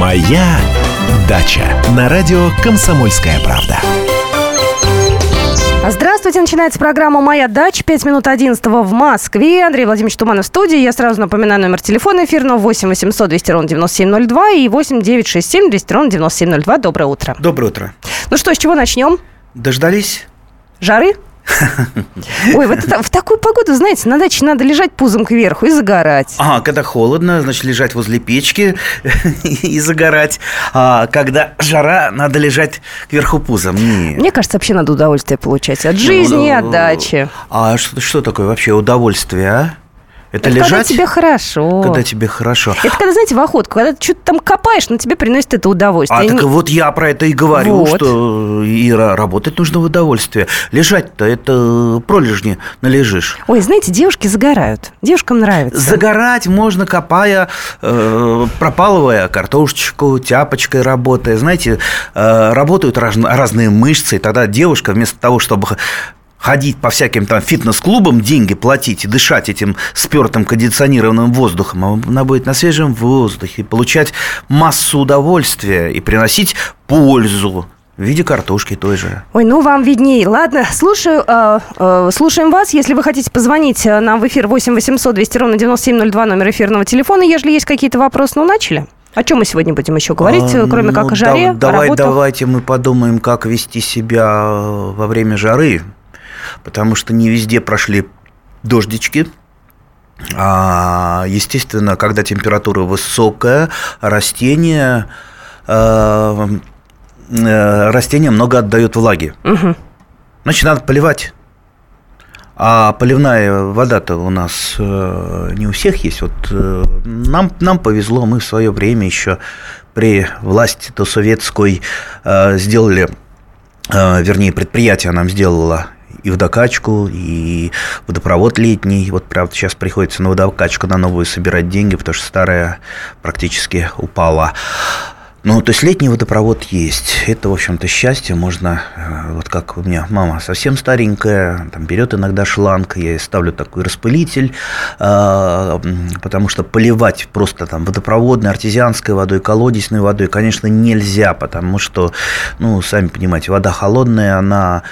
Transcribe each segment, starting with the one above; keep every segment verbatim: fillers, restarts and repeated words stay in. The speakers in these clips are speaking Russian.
Моя дача на радио «Комсомольская правда». Здравствуйте, начинается программа «Моя дача». пять минут одиннадцатого в Москве. Андрей Владимирович Туманов в студии. Я сразу напоминаю номер телефона эфирного восемь восемьсот двести ровно девяносто семь ноль два и восемь девятьсот шестьдесят семь двести ровно девяносто семь ноль два. Доброе утро. Доброе утро. Ну что, с чего начнем? Дождались? Жары? Ой, вот это, в такую погоду, знаете, на даче надо лежать пузом кверху и загорать. А, когда холодно, значит, лежать возле печки и загорать. А когда жара, надо лежать кверху пузом. Нет. Мне кажется, вообще надо удовольствие получать от жизни и от дачи. А что, что такое вообще удовольствие, а? Это, это лежать, когда тебе хорошо. Когда тебе хорошо. Это когда, знаете, в охотку, когда ты что-то там копаешь, но тебе приносит это удовольствие. А так не... вот я про это и говорю, вот. Что и работать нужно в удовольствие. Лежать-то это пролежни належишь. Ой, знаете, девушки загорают. Девушкам нравится. Загорать можно, копая, э, пропалывая картошечку, тяпочкой работая. Знаете, э, работают раз, разные мышцы, и тогда девушка вместо того, чтобы ходить по всяким там фитнес-клубам, деньги платить и дышать этим спёртым кондиционированным воздухом, она будет на свежем воздухе получать массу удовольствия и приносить пользу в виде картошки той же. Ой, ну вам видней. Ладно, слушаю, э, э, слушаем вас. Если вы хотите позвонить нам в эфир восемь восемьсот двести ровно девяносто семь ноль два, номер эфирного телефона, если есть какие-то вопросы, ну начали. О чем мы сегодня будем еще говорить, а, кроме ну, как о жаре, да, о давай, работах? Давайте мы подумаем, как вести себя во время жары. Потому что не везде прошли дождички. А, естественно, когда температура высокая, растения, а, растения много отдают влаги. Угу. Значит, надо поливать. А поливная вода-то у нас не у всех есть. Вот нам, нам повезло, мы в свое время еще при власти-то советской сделали, вернее, предприятие нам сделало и водокачку, и водопровод летний. Вот, правда, сейчас приходится на водокачку на новую собирать деньги, потому что старая практически упала. Ну, то есть летний водопровод есть. Это, в общем-то, счастье. Можно, вот как у меня мама совсем старенькая, там берет иногда шланг, я ей ставлю такой распылитель, потому что поливать просто там водопроводной, артезианской водой, колодезной водой, конечно, нельзя, потому что, ну, сами понимаете, вода холодная, она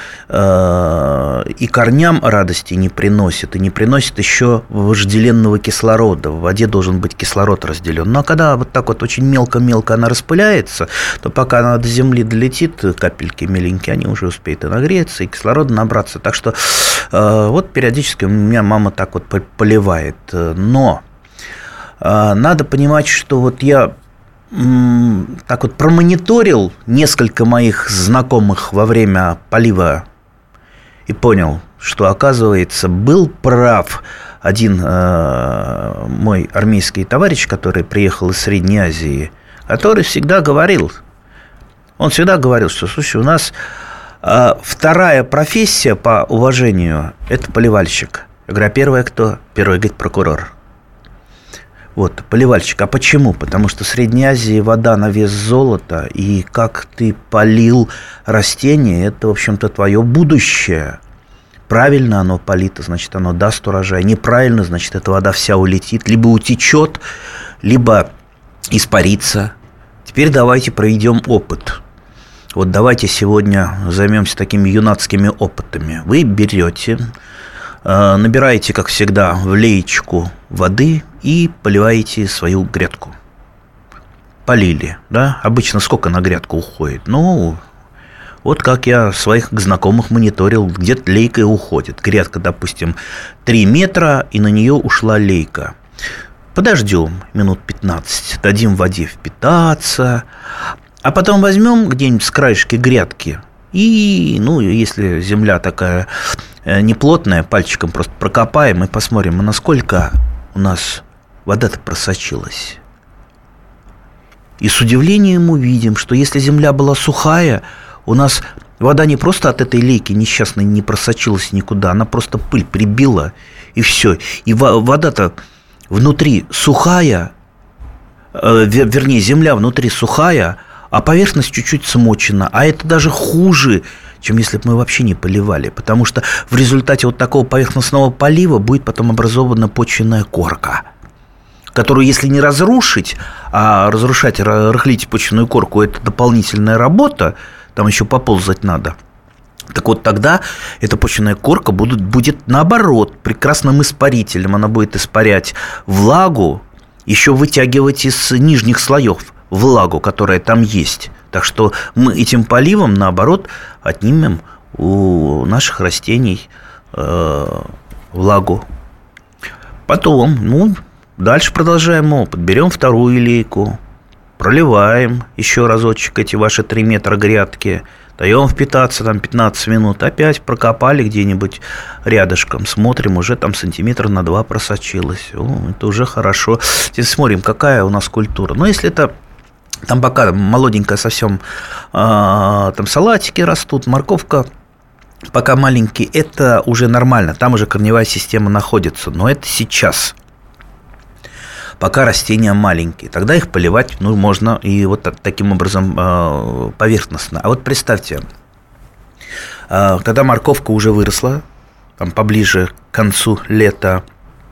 и корням радости не приносит, и не приносит еще вожделенного кислорода. В воде должен быть кислород разделен. Ну, а когда вот так вот очень мелко-мелко она распыляется, то пока она до земли долетит, капельки миленькие, они уже успеют и нагреться, и кислорода набраться. Так что э, вот периодически у меня мама так вот поливает. Но э, надо понимать, что вот я м, так вот промониторил несколько моих знакомых во время полива и понял, что, оказывается, был прав один э, мой армейский товарищ, который приехал из Средней Азии, который всегда говорил, он всегда говорил, что, слушай, у нас э, вторая профессия по уважению – это поливальщик. Я говорю, а первая кто? Первый, говорит, прокурор. Вот, поливальщик. А почему? Потому что в Средней Азии вода на вес золота, и как ты полил растение – это, в общем-то, твое будущее. Правильно оно полито, значит, оно даст урожай. Неправильно, значит, эта вода вся улетит, либо утечет, либо испарится. Теперь давайте проведем опыт. Вот давайте сегодня займемся такими юнацкими опытами. Вы берете, набираете, как всегда, в леечку воды и поливаете свою грядку. Полили, да? Обычно сколько на грядку уходит? Ну, вот как я своих знакомых мониторил, где-то лейка уходит. Грядка, допустим, три метра, и на нее ушла лейка. Подождем минут пятнадцать, дадим воде впитаться, а потом возьмем где-нибудь с краешки грядки и, ну, если земля такая неплотная, пальчиком просто прокопаем и посмотрим, насколько у нас вода-то просочилась. И с удивлением увидим, что если земля была сухая, у нас вода не просто от этой лейки несчастной не просочилась никуда, она просто пыль прибила, и все. И вода-то внутри сухая, э, вернее, земля внутри сухая, а поверхность чуть-чуть смочена. А это даже хуже, чем если бы мы вообще не поливали. Потому что в результате вот такого поверхностного полива будет потом образована почвенная корка, которую, если не разрушить, а разрушать, рыхлить почвенную корку – это дополнительная работа, там еще поползать надо. Так вот, тогда эта почвенная корка будет, будет, наоборот, прекрасным испарителем. Она будет испарять влагу, еще вытягивать из нижних слоев влагу, которая там есть. Так что мы этим поливом, наоборот, отнимем у наших растений э, влагу. Потом, ну, дальше продолжаем опыт. Берем вторую лейку, проливаем еще разочек эти ваши три метра грядки, даем впитаться там пятнадцать минут, опять прокопали где-нибудь рядышком, смотрим, уже там сантиметр на два просочилось. О, это уже хорошо. Теперь смотрим, какая у нас культура. Но если это там пока молоденькая совсем, а, там салатики растут, морковка пока маленькие, это уже нормально, там уже корневая система находится. Но это сейчас, пока растения маленькие, тогда их поливать, ну, можно и вот таким образом э, поверхностно. А вот представьте, э, когда морковка уже выросла, там поближе к концу лета,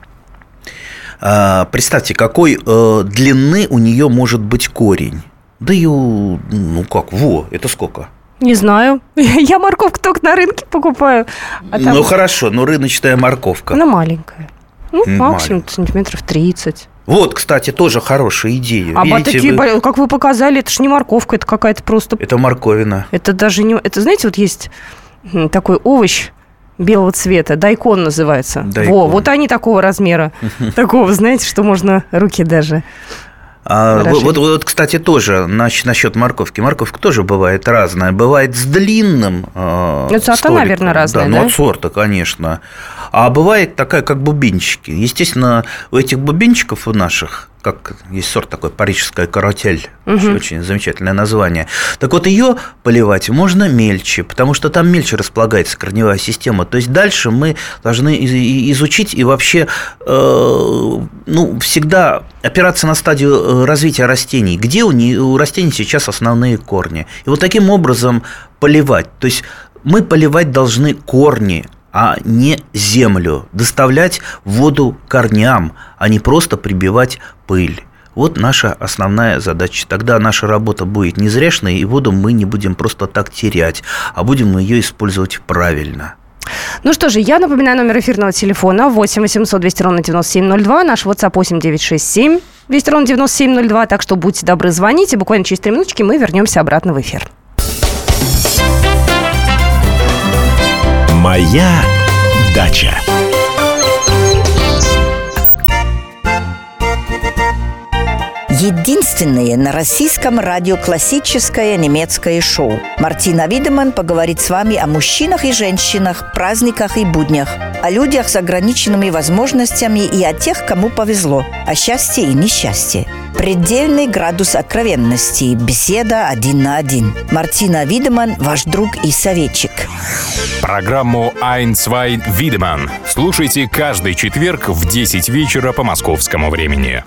э, представьте, какой э, длины у нее может быть корень. Да и, ну как, во, это сколько? Не знаю. Я морковку только на рынке покупаю. А там... Ну хорошо, но рыночная морковка. Она маленькая. Ну, Маленькая. Максимум сантиметров тридцать. Вот, кстати, тоже хорошая идея. А Видите, такие, вы... как вы показали, это же не морковка, это какая-то просто... Это морковина. Это даже не... Это, знаете, вот есть такой овощ белого цвета, дайкон называется. Дайкон. Во, вот они такого размера. Такого, знаете, что можно руки даже... А, вот, вот, кстати, тоже насчет морковки. Морковка тоже бывает разная. Бывает с длинным э, ну, сорта, наверное, разные, да? да? Ну, от сорта, конечно. А бывает такая, как бубенчики. Естественно, у этих бубенчиков у наших, как есть сорт такой, парижская каратель, угу. очень, очень замечательное название. Так вот, ее поливать можно мельче, потому что там мельче располагается корневая система. То есть дальше мы должны изучить и вообще э, ну, всегда опираться на стадию развития растений. Где у, не, у растений сейчас основные корни? И вот таким образом поливать. То есть мы поливать должны корни, а не землю, доставлять воду корням, а не просто прибивать пыль. Вот наша основная задача. Тогда наша работа будет не зряшной, и воду мы не будем просто так терять, а будем ее использовать правильно. Ну что же, я напоминаю номер эфирного телефона восемь восемьсот двести ровно девяносто семь ноль два, наш WhatsApp восемь девятьсот шестьдесят семь двести ровно девяносто семь ноль два, так что будьте добры, звоните, буквально через три минуточки мы вернемся обратно в эфир. Моя дача. Единственное на российском радио классическое немецкое шоу. Мартина Видеманн поговорит с вами о мужчинах и женщинах, праздниках и буднях, о людях с ограниченными возможностями и о тех, кому повезло, о счастье и несчастье. Предельный градус откровенности. Беседа один на один. Мартина Видеманн, ваш друг и советчик. Программу «Ein, zwei, Видеманн» слушайте каждый четверг в десять вечера по московскому времени.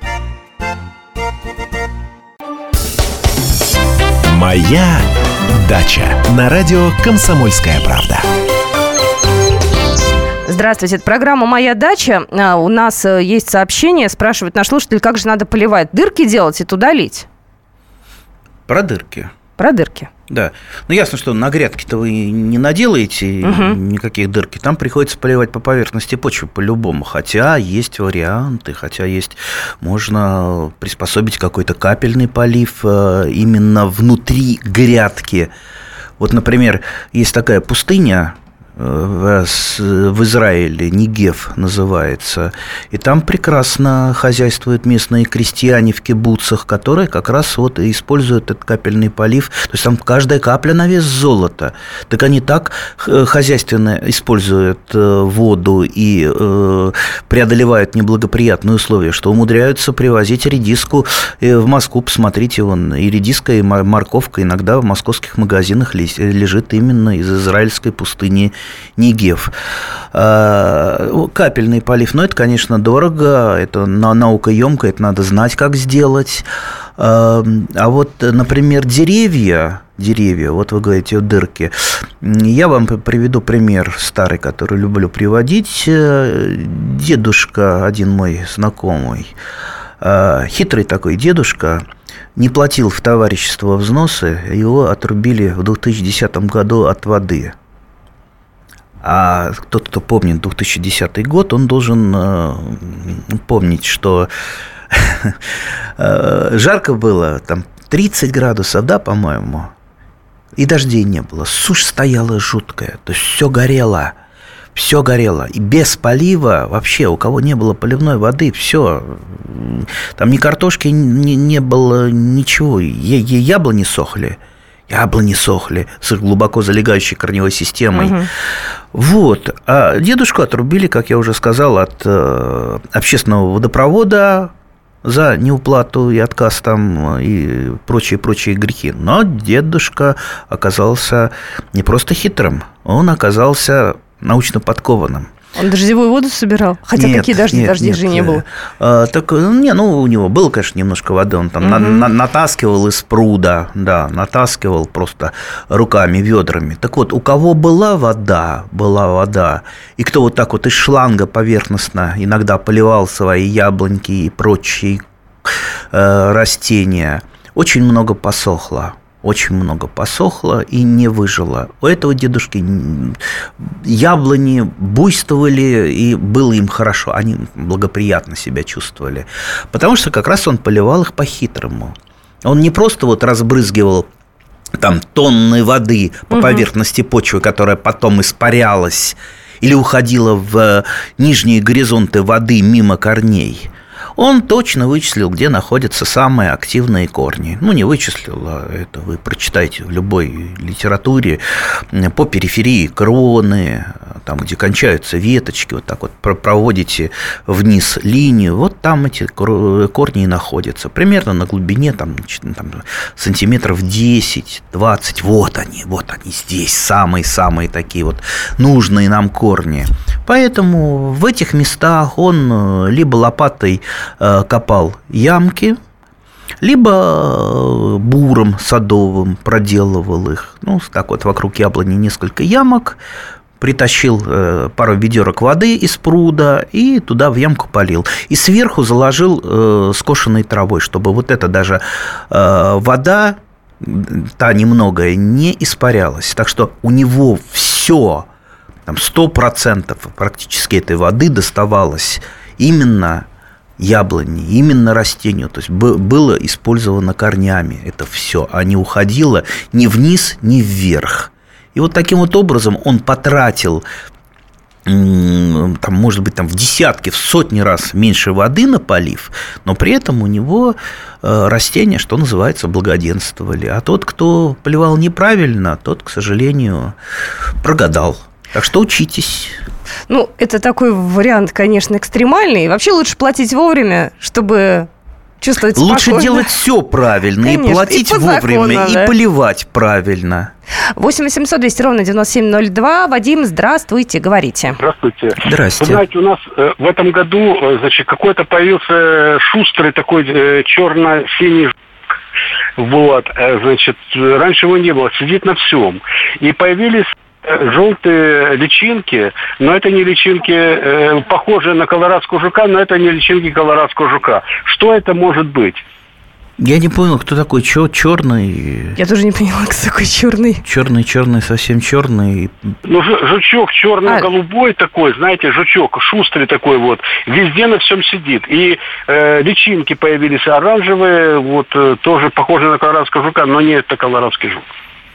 Моя дача. На радио «Комсомольская правда». Здравствуйте, это программа «Моя дача». У нас есть сообщение, спрашивает наш слушатель, как же надо поливать? Дырки делать и туда лить? Про дырки. Про дырки. Да. Ну, ясно, что на грядке-то вы не наделаете угу. никаких дырки. Там приходится поливать по поверхности почвы по-любому. Хотя есть варианты, хотя есть... Можно приспособить какой-то капельный полив именно внутри грядки. Вот, например, есть такая пустыня в, в Израиле, Негев называется, и там прекрасно хозяйствуют местные крестьяне в кибуцах, которые как раз вот и используют этот капельный полив, то есть там каждая капля на вес золота. Так они так хозяйственно используют воду и преодолевают неблагоприятные условия, что умудряются привозить редиску в Москву. Посмотрите, вон, и редиска, и морковка иногда в московских магазинах лежит именно из израильской пустыни Негев. Капельный полив, но это, конечно, дорого, это наукоемко, это надо знать, как сделать. А вот, например, деревья, деревья, вот вы говорите о дырке. Я вам приведу пример старый, который люблю приводить. Дедушка, один мой знакомый, Хитрый такой дедушка, не платил в товарищество взносы, его отрубили в две тысячи десятом году от воды. А тот, кто помнит две тысячи десятый год, он должен э, помнить, что жарко было, там тридцать градусов, да, по-моему, и дождей не было. Сушь стояла жуткая, то есть все горело. Все горело. И без полива вообще, у кого не было поливной воды, все. Там ни картошки не, не было, ничего. Яблони сохли. Яблони сохли с их глубоко залегающей корневой системой. Угу. Вот. А дедушку отрубили, как я уже сказал, от э, общественного водопровода за неуплату и отказ там и прочие-прочие грехи. Но дедушка оказался не просто хитрым, он оказался научно подкованным. Он дождевую воду собирал? Хотя нет, какие дожди? Нет, Дождей нет. же не было. А, так, не, ну, у него было, конечно, немножко воды. Он там угу. на, на, натаскивал из пруда, да, натаскивал просто руками, ведрами. Так вот, у кого была вода, была вода, и кто вот так вот из шланга поверхностно иногда поливал свои яблоньки и прочие э, растения, очень много посохло. Очень много посохло и не выжило. У этого дедушки яблони буйствовали, и было им хорошо. Они благоприятно себя чувствовали. Потому что как раз он поливал их по-хитрому. Он не просто вот разбрызгивал там тонны воды по угу. поверхности почвы, которая потом испарялась или уходила в нижние горизонты воды мимо корней. Он точно вычислил, где находятся самые активные корни. Ну, не вычислил, а это вы прочитаете в любой литературе. По периферии кроны, там, где кончаются веточки, вот так вот проводите вниз линию, вот там эти корни и находятся. Примерно на глубине там, там, сантиметров десять-двадцать. Вот они, вот они здесь, самые-самые такие вот нужные нам корни. Поэтому в этих местах он либо лопатой копал ямки, либо буром садовым проделывал их. Ну, так вот, вокруг яблони несколько ямок, притащил пару ведерок воды из пруда и туда в ямку полил. И сверху заложил скошенной травой, чтобы вот эта даже вода, та немногое, не испарялась. Так что у него все, там, сто процентов практически этой воды доставалось именно яблони, именно растению, то есть было использовано корнями это все, а не уходило ни вниз, ни вверх. И вот таким вот образом он потратил, там, может быть, там, в десятки, в сотни раз меньше воды на полив, но при этом у него растения, что называется, благоденствовали. А тот, кто поливал неправильно, тот, к сожалению, прогадал. Так что учитесь. Ну, это такой вариант, конечно, экстремальный. Вообще лучше платить вовремя, чтобы чувствовать спокойно. Лучше делать все правильно, конечно, и платить и вовремя, закону, да. И поливать правильно. восемь восемьсот двести ровно девяносто семь ноль два. Вадим, здравствуйте, говорите. Здравствуйте. Здравствуйте. Вы знаете, у нас э, в этом году, э, значит, какой-то появился шустрый такой э, черно-синий жук. Вот, э, значит, раньше его не было, сидит на всем. И появились желтые личинки, но это не личинки, э, похожие на колорадского жука, но это не личинки колорадского жука. Что это может быть? Я не понял, кто такой черный. Я тоже не поняла, кто такой черный. Черный, черный, совсем черный. Ну, жучок черно-голубой а... такой, знаете, жучок шустрый такой вот, везде на всем сидит. И э, личинки появились оранжевые, вот э, тоже похожие на колорадского жука, но не это колорадский жук.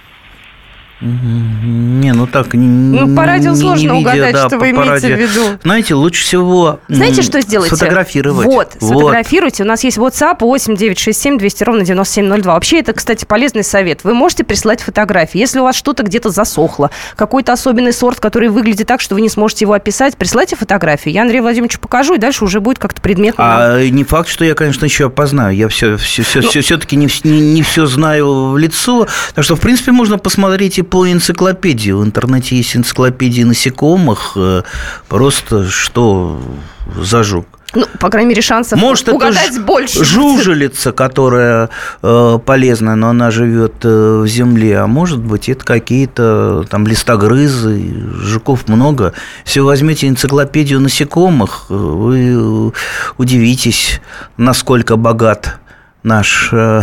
Не, ну так не, ну, по радио не, сложно не угадать, видео, да, что вы по, имеете по в виду. Знаете, лучше всего Знаете, что сделайте? Сфотографировать. Вот, вот, сфотографируйте. У нас есть WhatsApp восемь девятьсот шестьдесят семь двести ровно девяносто семь ноль два. Вообще, это, кстати, полезный совет. Вы можете присылать фотографии. Если у вас что-то где-то засохло, какой-то особенный сорт, который выглядит так, что вы не сможете его описать, присылайте фотографии. Я Андрею Владимировичу покажу, и дальше уже будет как-то предметно. А не факт, что я, конечно, еще опознаю. Я все, все, все, ну, все, все-таки не, не, не все знаю в лицо. Так что, в принципе, можно посмотреть и по энциклопедии. В интернете есть энциклопедии насекомых. Просто что за жук. Ну, по крайней мере, шансов Может, угадать это больше. жужелица, которая э, полезная, но она живет э, в земле. А может быть, это какие-то там листогрызы, жуков много. Если вы возьмете энциклопедию насекомых, вы удивитесь, насколько богат наш э,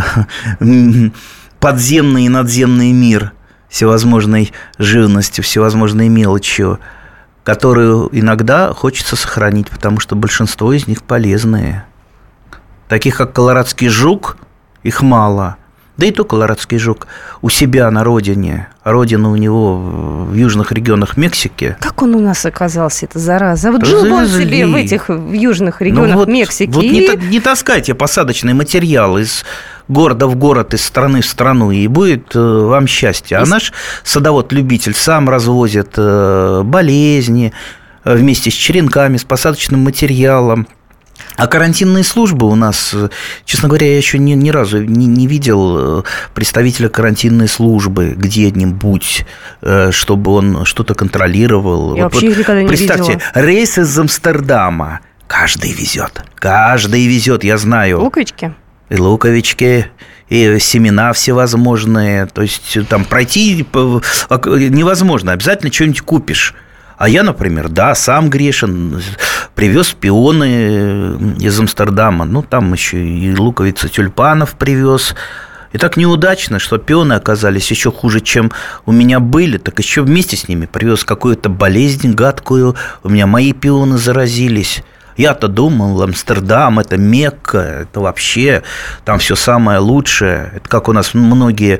подземный и надземный мир всевозможной живностью, всевозможной мелочью, которую иногда хочется сохранить, потому что большинство из них полезные. Таких, как колорадский жук, их мало. Да и то колорадский жук у себя на родине. Родина у него в южных регионах Мексики. Как он у нас оказался, эта зараза? Вот жил бы он себе в этих в южных регионах ну вот, Мексики. Вот и... не, не таскайте посадочный материал из города в город, из страны в страну, и будет вам счастье. А наш садовод-любитель сам развозит болезни вместе с черенками, с посадочным материалом. А карантинные службы у нас, честно говоря, я еще ни, ни разу не, не видел представителя карантинной службы где-нибудь, чтобы он что-то контролировал. Я вот, вообще их никогда не представьте, видела. Рейс из Амстердама каждый везет, каждый везет, я знаю. Луковички? И луковички, и семена всевозможные. То есть там пройти невозможно, обязательно что-нибудь купишь. А я, например, да, сам грешен, привез пионы из Амстердама, ну, там еще и луковицы тюльпанов привез. И так неудачно, что пионы оказались еще хуже, чем у меня были, так еще вместе с ними привез какую-то болезнь гадкую, у меня мои пионы заразились. Я-то думал, Амстердам – это Мекка, это вообще там все самое лучшее. Это как у нас многие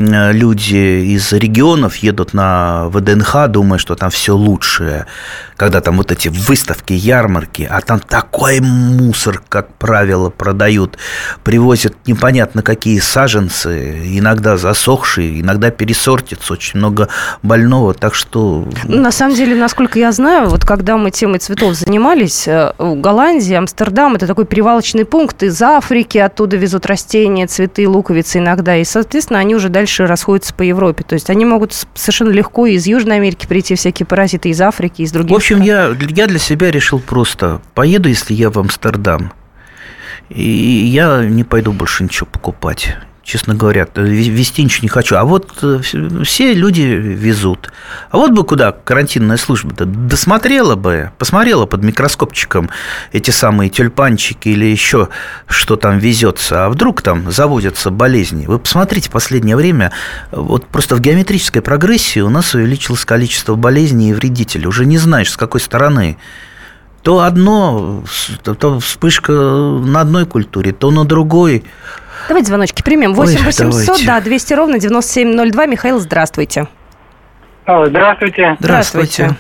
люди из регионов едут на ВДНХ, думая, что там все лучшее. Когда там вот эти выставки, ярмарки, а там такой мусор, как правило, продают. Привозят непонятно какие саженцы, иногда засохшие, иногда пересортятся, очень много больного, так что... На самом деле, насколько я знаю, вот когда мы темой цветов занимались, Голландия, Амстердам – это такой перевалочный пункт из Африки, оттуда везут растения, цветы, луковицы иногда, и, соответственно, они уже дальше расходятся по Европе. То есть они могут совершенно легко из Южной Америки прийти, всякие паразиты из Африки, из других. В общем, я, я для себя решил просто, поеду, если я в Амстердам, и я не пойду больше ничего покупать. Честно говоря, везти ничего не хочу. А вот все люди везут. А вот бы куда карантинная служба-то досмотрела бы, посмотрела под микроскопчиком эти самые тюльпанчики или еще что там везется. А вдруг там заводятся болезни. Вы посмотрите, в последнее время вот просто в геометрической прогрессии у нас увеличилось количество болезней и вредителей. Уже не знаешь, с какой стороны. То одно, то вспышка на одной культуре, то на другой. Давайте звоночки примем. восемь восемьсот, да, двести ровно девяносто семь ноль два. Михаил, здравствуйте. Здравствуйте. Здравствуйте.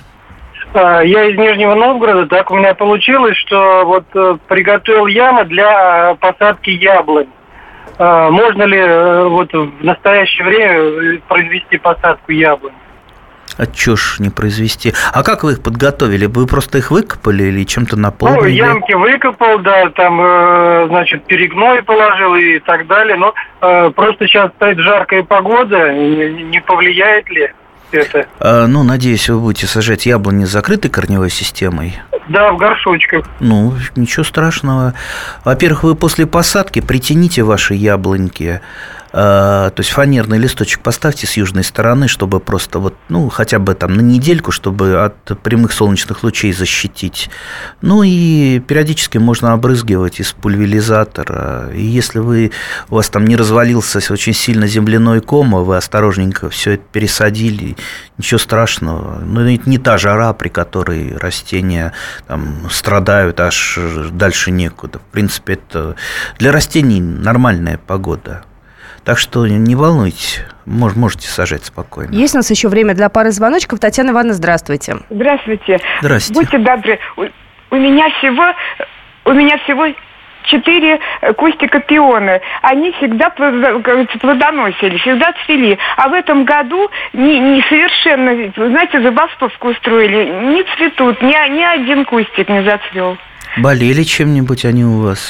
Я из Нижнего Новгорода. Так у меня получилось, что вот приготовил яму для посадки яблонь. Можно ли вот в настоящее время произвести посадку яблонь? А чё ж не произвести? А как вы их подготовили? Вы просто их выкопали или чем-то наполнили? Ну, ямки выкопал, да, там, э, значит, перегной положил и так далее. Но э, просто сейчас стоит жаркая погода, не, не повлияет ли это? А, ну, надеюсь, вы будете сажать яблони с закрытой корневой системой? Да, в горшочках. Ну, ничего страшного. Во-первых, вы после посадки притяните ваши яблоньки, то есть фанерный листочек поставьте с южной стороны, чтобы просто вот, ну, хотя бы там на недельку, чтобы от прямых солнечных лучей защитить. Ну и периодически можно обрызгивать из пульверизатора. И если вы, у вас там не развалился очень сильно земляной ком, вы осторожненько все это пересадили, ничего страшного. Но это не та жара, при которой растения там страдают, аж дальше некуда. В принципе, это для растений нормальная погода. Так что не волнуйтесь, можете сажать спокойно. Есть у нас еще время для пары звоночков. Татьяна Ивановна, здравствуйте. Здравствуйте. Здравствуйте. Будьте добры. У, у меня всего, у меня всего четыре кустика пионы. Они всегда плодоносили, всегда цвели. А в этом году не, не совершенно, знаете, забастовку устроили. Не цветут, ни, ни один кустик не зацвел. Болели чем-нибудь они у вас?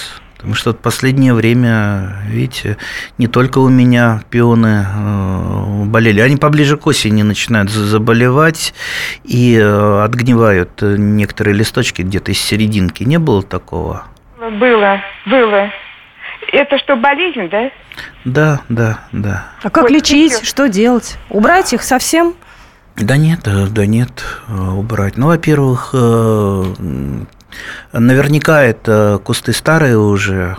Потому что в последнее время, видите, не только у меня пионы э, болели, они поближе к осени начинают заболевать и э, отгнивают некоторые листочки где-то из серединки. Не было такого? Было, было. Это что, болезнь, да? Да, да, да. А как Ой, лечить? спасибо. Что делать? Убрать их совсем? Да нет, да нет, убрать. Ну, во-первых, наверняка это кусты старые уже,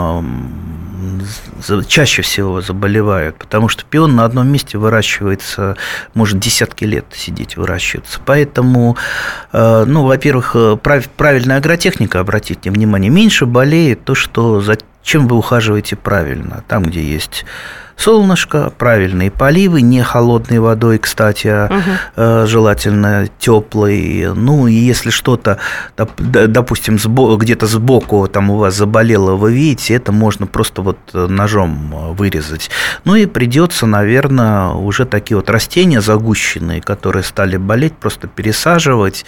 чаще всего заболевают, потому что пион на одном месте выращивается, может десятки лет сидеть выращивается. Поэтому, ну, во-первых, правильная агротехника, обратите внимание, меньше болеет то, что за чем вы ухаживаете правильно, там, где есть солнышко, правильные поливы, не холодной водой, кстати, а угу. желательно теплой. Ну, и если что-то, допустим, где-то сбоку там у вас заболело, вы видите, это можно просто вот ножом вырезать. Ну, и придется, наверное, уже такие вот растения загущенные, которые стали болеть, просто пересаживать,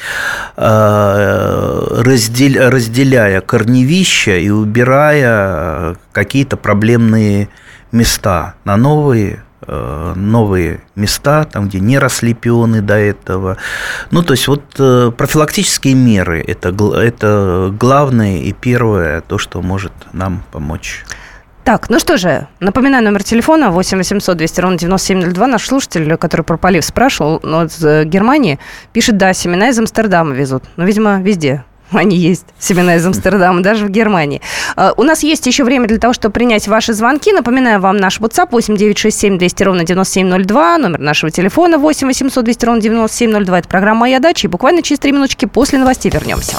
разделяя корневища и убирая какие-то проблемные места на новые, новые места, там, где не росли пионы до этого. Ну, то есть, вот профилактические меры – это, это главное и первое, то, что может нам помочь. Так, ну что же, напоминаю, номер телефона восемь восемьсот двести ровно девяносто семь ноль два. Наш слушатель, который про полив спрашивал, но из Германии, пишет, да, семена из Амстердама везут. Ну, видимо, везде. Они есть, семена из Амстердама, даже в Германии. У нас есть еще время для того, чтобы принять ваши звонки. Напоминаю вам наш WhatsApp восемь девятьсот шестьдесят семь двести ровно девяносто семь ноль два, номер нашего телефона восемь восемьсот двести ровно девяносто семь ноль два. Это программа «Моя дача». И буквально через три минуточки после новостей вернемся.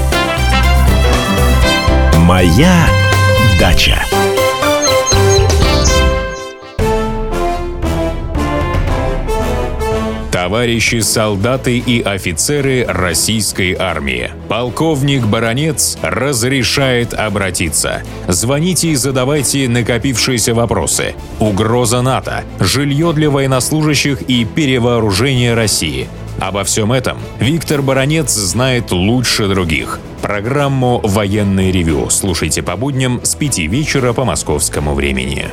«Моя дача». Товарищи солдаты и офицеры российской армии. Полковник Баранец разрешает обратиться. Звоните и задавайте накопившиеся вопросы. Угроза НАТО, жилье для военнослужащих и перевооружение России. Обо всем этом Виктор Баранец знает лучше других. Программу «Военное ревю» слушайте по будням с пяти вечера по московскому времени.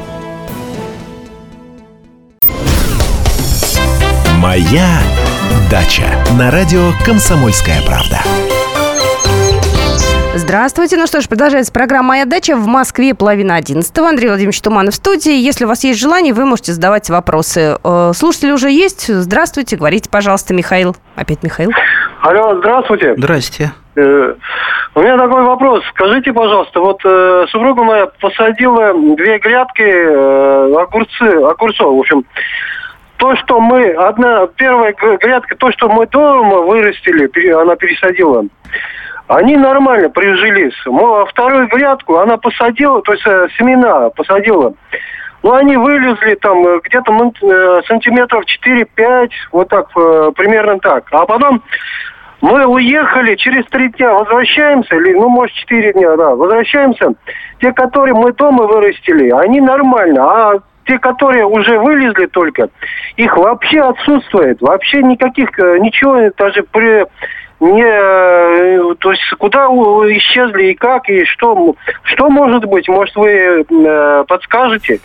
«Моя дача» на радио «Комсомольская правда». Здравствуйте. Ну что ж, продолжается программа «Моя дача». В Москве половина одиннадцатого. Андрей Владимирович Туманов в студии. Если у вас есть желание, вы можете задавать вопросы. Слушатели уже есть. Здравствуйте. Говорите, пожалуйста, Михаил. Опять Михаил. Алло, здравствуйте. Здрасте. Э, у меня такой вопрос. Скажите, пожалуйста, вот э, супруга моя посадила две грядки э, огурцы, огурцов, в общем. То, что мы, одна, первая грядка, то, что мы дома вырастили, она пересадила, они нормально прижились. А вторую грядку она посадила, то есть семена посадила, но они вылезли там где-то сантиметров четыре-пять, вот так, примерно так. А потом мы уехали, через три дня возвращаемся, или, ну, может, четыре дня, да, возвращаемся. Те, которые мы дома вырастили, они нормально, а те, которые уже вылезли только, их вообще отсутствует. Вообще никаких, ничего даже при... Не, то есть куда исчезли и как, и что, что может быть? Может, вы э, подскажете?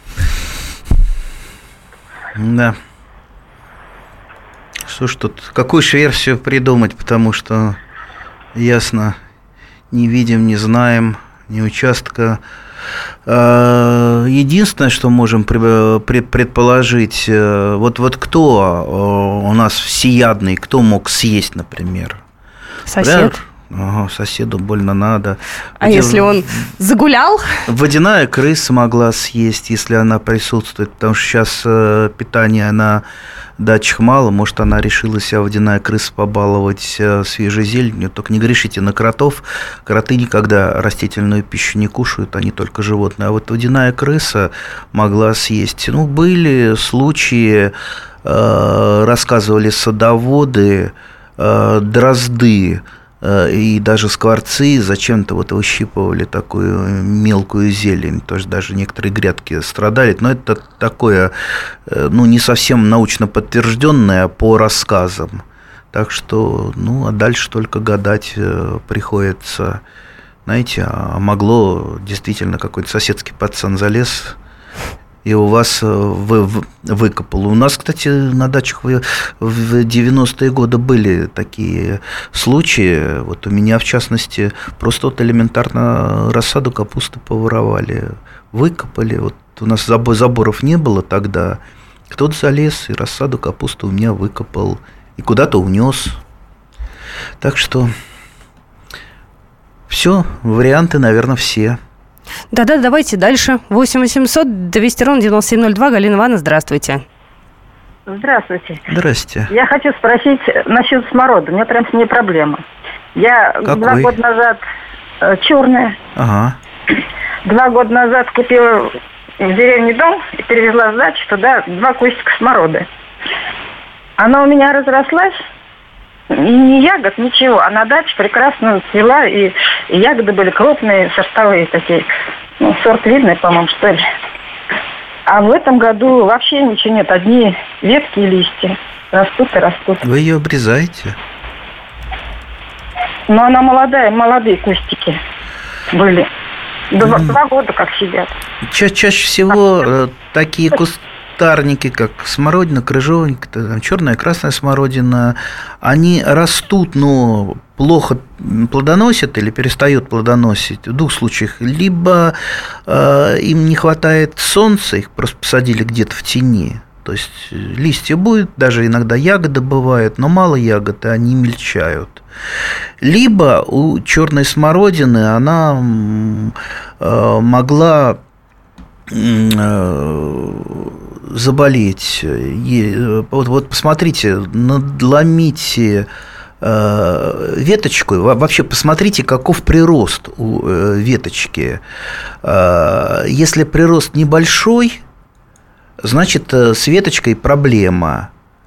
Да. Что ж тут, какую же версию придумать, потому что, ясно, не видим, не знаем ни участка. Единственное, что можем предположить, вот, вот кто у нас всеядный, кто мог съесть, например? Сосед. Ага, соседу больно надо. А Водя... если он загулял? Водяная крыса могла съесть, если она присутствует, потому что сейчас э, питания на дачах мало, может, она решила себя, водяная крыса, побаловать э, свежей зеленью. Только не грешите на кротов. Кроты никогда растительную пищу не кушают, они только животные. А вот водяная крыса могла съесть. Ну, были случаи, э, рассказывали садоводы, э, дрозды, и даже скворцы зачем-то вот выщипывали такую мелкую зелень, тоже даже некоторые грядки страдали, но это такое, ну, не совсем научно подтвержденное по рассказам, так что, ну, а дальше только гадать приходится. знаете, а могло действительно какой-то соседский пацан залез и у вас вы, выкопал. У нас, кстати, на дачах в девяностые годы были такие случаи. Вот у меня, в частности, просто вот элементарно рассаду капусты поворовали, выкопали. Вот у нас заборов не было тогда. Кто-то залез и рассаду капусты у меня выкопал и куда-то унес. Так что все, варианты, наверное, все. Да-да, давайте дальше. восемь восемьсот двести ровно девяносто семь ноль два. Галина Ивановна, здравствуйте. Здравствуйте. Здрасте. Я хочу спросить насчет сморода. У меня прям с ней проблема. Я Какой? два года назад э, черная. Ага. Два года назад купила в деревне дом и перевезла с дачи туда два кустика сморода. Она у меня разрослась. И ни ягод, ничего. А на даче прекрасно цвела, и, и ягоды были крупные, сортовые такие. Ну, сорт видный, по-моему, что ли. А в этом году вообще ничего нет. Одни ветки и листья. Растут и растут. Вы ее обрезаете? Но она молодая, молодые кустики были. Два, mm. два года как сидят. Ча- чаще всего а, такие кустарники, как смородина, крыжовник, там, черная, красная смородина, они растут, но плохо плодоносят или перестают плодоносить. В двух случаях. Либо э, им не хватает солнца, их просто посадили где-то в тени. То есть листья будет, даже иногда ягоды бывают, но мало ягод, и они мельчают. Либо у черной смородины она э, могла э, заболеть. Вот, вот посмотрите, надломите э, веточку, вообще посмотрите, каков прирост у э, веточки. Э, если прирост небольшой, значит, с веточкой проблема.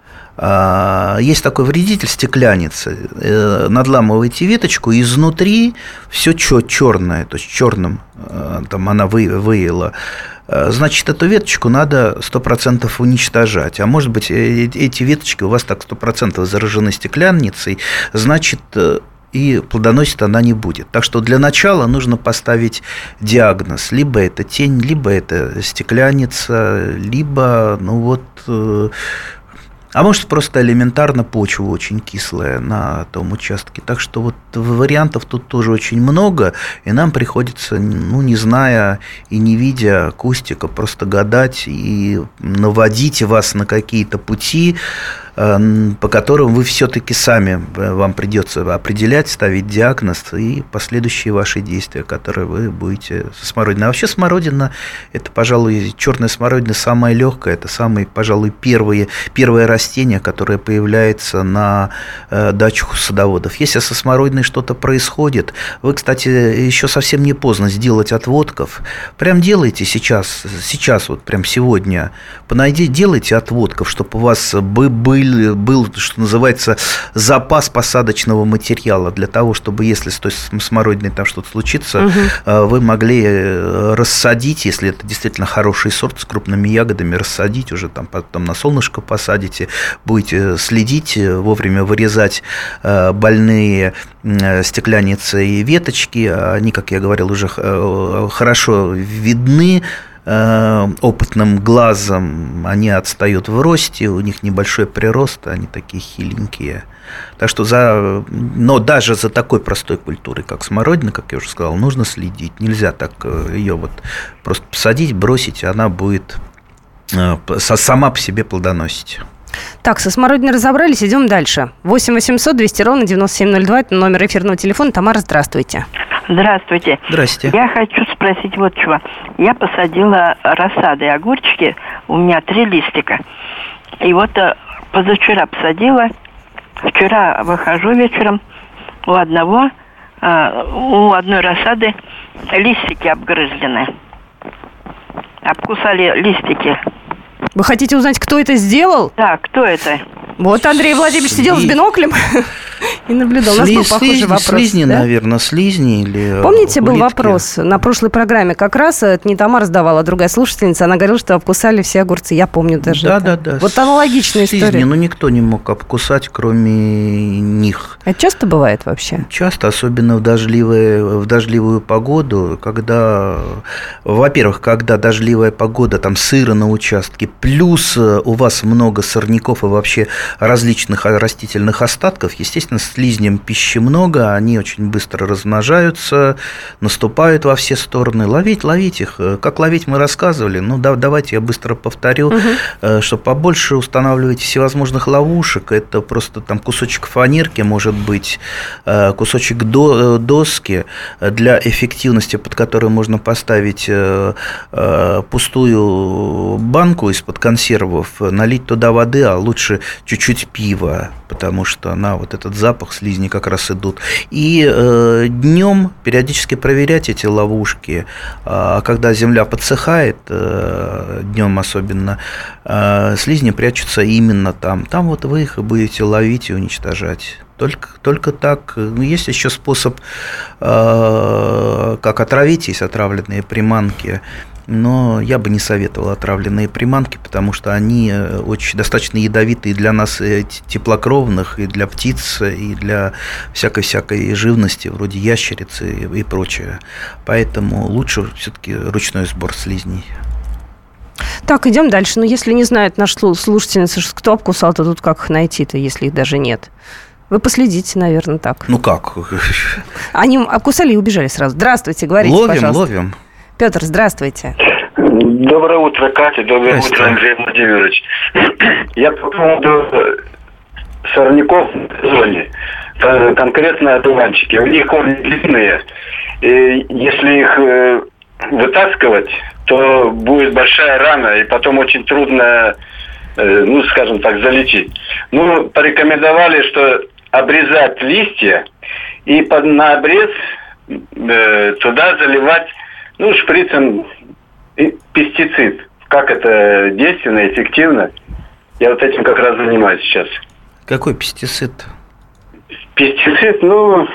Есть такой вредитель стекляницы. Надламываете веточку, изнутри все черное, то есть черным там она выела. Значит, эту веточку надо сто процентов уничтожать. А может быть, эти веточки у вас так сто процентов заражены стеклянницей, значит, и плодоносить она не будет. Так что для начала нужно поставить диагноз. Либо это тень, либо это стекляница, либо, ну вот... А может, просто элементарно почва очень кислая на том участке. Так что вот вариантов тут тоже очень много, и нам приходится, ну, не зная и не видя кустика, просто гадать и наводить вас на какие-то пути, по которым вы все-таки сами, вам придется определять, ставить диагноз и последующие ваши действия, которые вы будете со смородиной. А вообще смородина, это, пожалуй, черная смородина самая легкая, это самое, пожалуй, первое, первое растение, которое появляется на дачах у садоводов. Если со смородиной что-то происходит, вы, кстати, еще совсем не поздно сделать отводков. Прям делайте сейчас, сейчас вот прям сегодня, понайди, делайте отводков, чтобы у вас были был, что называется, запас посадочного материала для того, чтобы, если с той смородиной там что-то случится, угу. вы могли рассадить, если это действительно хороший сорт с крупными ягодами, рассадить уже там потом на солнышко посадите, будете следить, вовремя вырезать больные стекляницы и веточки, они, как я говорил, уже хорошо видны опытным глазом, они отстают в росте, у них небольшой прирост, они такие хиленькие. Так что за, но даже за такой простой культурой, как смородина, как я уже сказал, нужно следить. Нельзя так ее вот просто посадить, бросить, и она будет сама по себе плодоносить. Так, со смородиной разобрались, идем дальше. восемь восемьсот двести ровно девяносто семь ноль два, это номер эфирного телефона. Тамара, здравствуйте. Здравствуйте. Здравствуйте. Я хочу спросить вот чего. Я посадила рассады огурчики, у меня три листика. И вот позавчера посадила, вчера выхожу вечером, у одного, у одной рассады листики обгрызлены. Обкусали листики. Вы хотите узнать, кто это сделал? Да, кто это? Вот Андрей Владимирович сидел с биноклем. И наблюдал. У нас был похожий вопрос. Слизни, да? наверное, слизни или Помните, был улитки? вопрос на прошлой программе? Как раз это не Тамара задавала, а другая слушательница. Она говорила, что обкусали все огурцы. Я помню даже Да, это. да, да. Вот аналогичная слизни, история. но никто не мог обкусать, кроме них. Это часто бывает вообще? Часто, особенно в, дождливые, в дождливую погоду, когда, во-первых, когда дождливая погода, там сыро на участке, плюс у вас много сорняков и вообще различных растительных остатков, естественно, слизням пищи много, они очень быстро размножаются, наступают во все стороны. Ловить, ловить их. Как ловить, мы рассказывали. Ну, да, давайте я быстро повторю, угу. что побольше устанавливайте всевозможных ловушек. Это просто там кусочек фанерки, может быть, кусочек доски для эффективности, под которой можно поставить пустую банку из-под консервов, налить туда воды, а лучше чуть-чуть пива, потому что на вот этот запах слизни как раз идут. И э, днем периодически проверять эти ловушки. А когда земля подсыхает, э, днем особенно, э, слизни прячутся именно там. Там вот вы их будете ловить и уничтожать. Только, только так. Есть еще способ, э, как отравить, есть отравленные приманки. Но я бы не советовал отравленные приманки, потому что они очень достаточно ядовитые для нас, теплокровных, и для птиц, и для всякой-всякой живности, вроде ящерицы и прочее. Поэтому лучше все-таки ручной сбор слизней. Так, идем дальше. Но если не знает наш слушательница, кто обкусал, то тут как их найти-то, если их даже нет? Вы последите, наверное, так. Ну как? Они обкусали и убежали сразу. Здравствуйте, говорите, ловим, пожалуйста. Ловим, ловим. Петр, здравствуйте. Доброе утро, Катя. Доброе утро, Андрей Владимирович. Я по поводу сорняков в зоне, конкретно одуванчики. У них корни длинные, и если их вытаскивать, то будет большая рана, и потом очень трудно, ну, скажем так, залечить. Ну, порекомендовали, что обрезать листья и под, на обрез э, туда заливать, ну, шприцем пестицид. Как это действенно, эффективно? Я вот этим как раз занимаюсь сейчас. Какой пестицид? Пестицид, ну,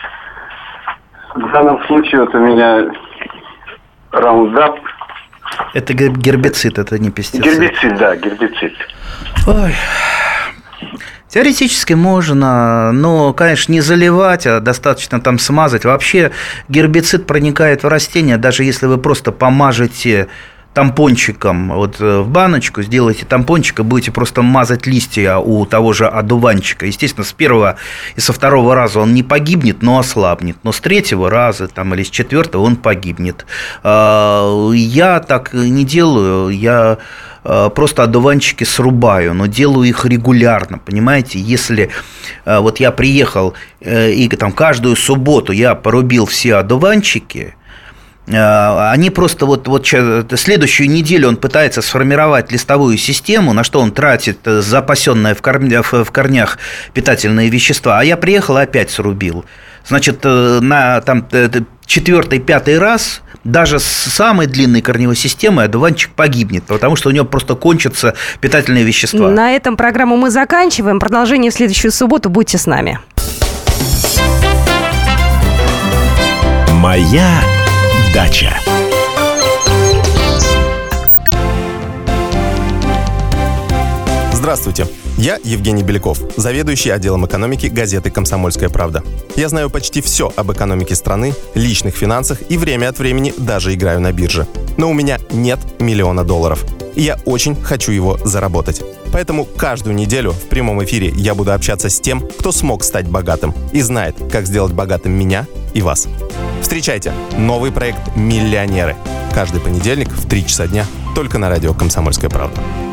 в данном случае вот у меня Roundup. Это гербицид, это не пестицид. Гербицид, да, гербицид. Ой. Теоретически можно, но, конечно, не заливать, а достаточно там смазать. Вообще гербицид проникает в растения, даже если вы просто помажете тампончиком вот в баночку, сделаете тампончик и будете просто мазать листья у того же одуванчика. Естественно, с первого и со второго раза он не погибнет, но ослабнет. Но с третьего раза там, или с четвертого он погибнет. Я так не делаю, я просто одуванчики срубаю, но делаю их регулярно, понимаете? Если вот я приехал и там каждую субботу я порубил все одуванчики, они просто вот, вот следующую неделю он пытается сформировать листовую систему, на что он тратит запасенное в, корнях, в корнях питательные вещества, а я приехал и опять срубил. Значит, на там, четвертый, пятый раз даже с самой длинной корневой системой одуванчик погибнет, потому что у него просто кончатся питательные вещества. На этом программу мы заканчиваем. Продолжение в следующую субботу. Будьте с нами. Моя дача. Здравствуйте, я Евгений Беляков, заведующий отделом экономики газеты «Комсомольская правда». Я знаю почти все об экономике страны, личных финансах и время от времени даже играю на бирже. Но у меня нет миллиона долларов, и я очень хочу его заработать. Поэтому каждую неделю в прямом эфире я буду общаться с тем, кто смог стать богатым и знает, как сделать богатым меня и вас. Встречайте новый проект «Миллионеры». Каждый понедельник в три часа дня только на радио «Комсомольская правда».